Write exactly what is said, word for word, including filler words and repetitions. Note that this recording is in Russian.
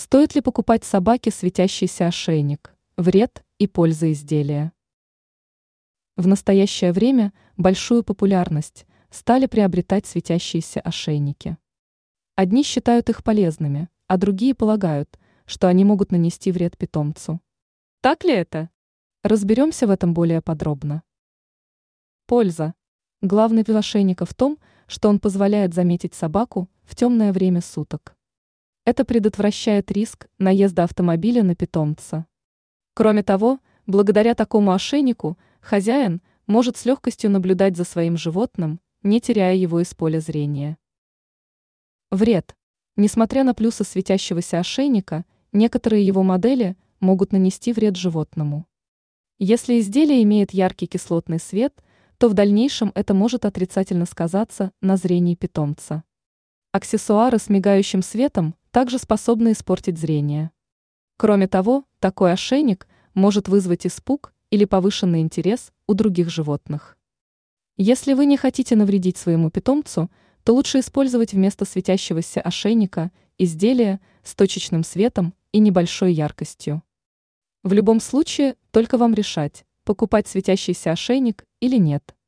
Стоит ли покупать собаке светящийся ошейник? Вред и польза изделия. В настоящее время большую популярность стали приобретать светящиеся ошейники. Одни считают их полезными, а другие полагают, что они могут нанести вред питомцу. Так ли это? Разберемся в этом более подробно. Польза. Главный плюс ошейника в том, что он позволяет заметить собаку в темное время суток. Это предотвращает риск наезда автомобиля на питомца. Кроме того, благодаря такому ошейнику хозяин может с легкостью наблюдать за своим животным, не теряя его из поля зрения. Вред. Несмотря на плюсы светящегося ошейника, некоторые его модели могут нанести вред животному. Если изделие имеет яркий кислотный свет, то в дальнейшем это может отрицательно сказаться на зрении питомца. Аксессуары с мигающим светом также способны испортить зрение. Кроме того, такой ошейник может вызвать испуг или повышенный интерес у других животных. Если вы не хотите навредить своему питомцу, то лучше использовать вместо светящегося ошейника изделие с точечным светом и небольшой яркостью. В любом случае, только вам решать, покупать светящийся ошейник или нет.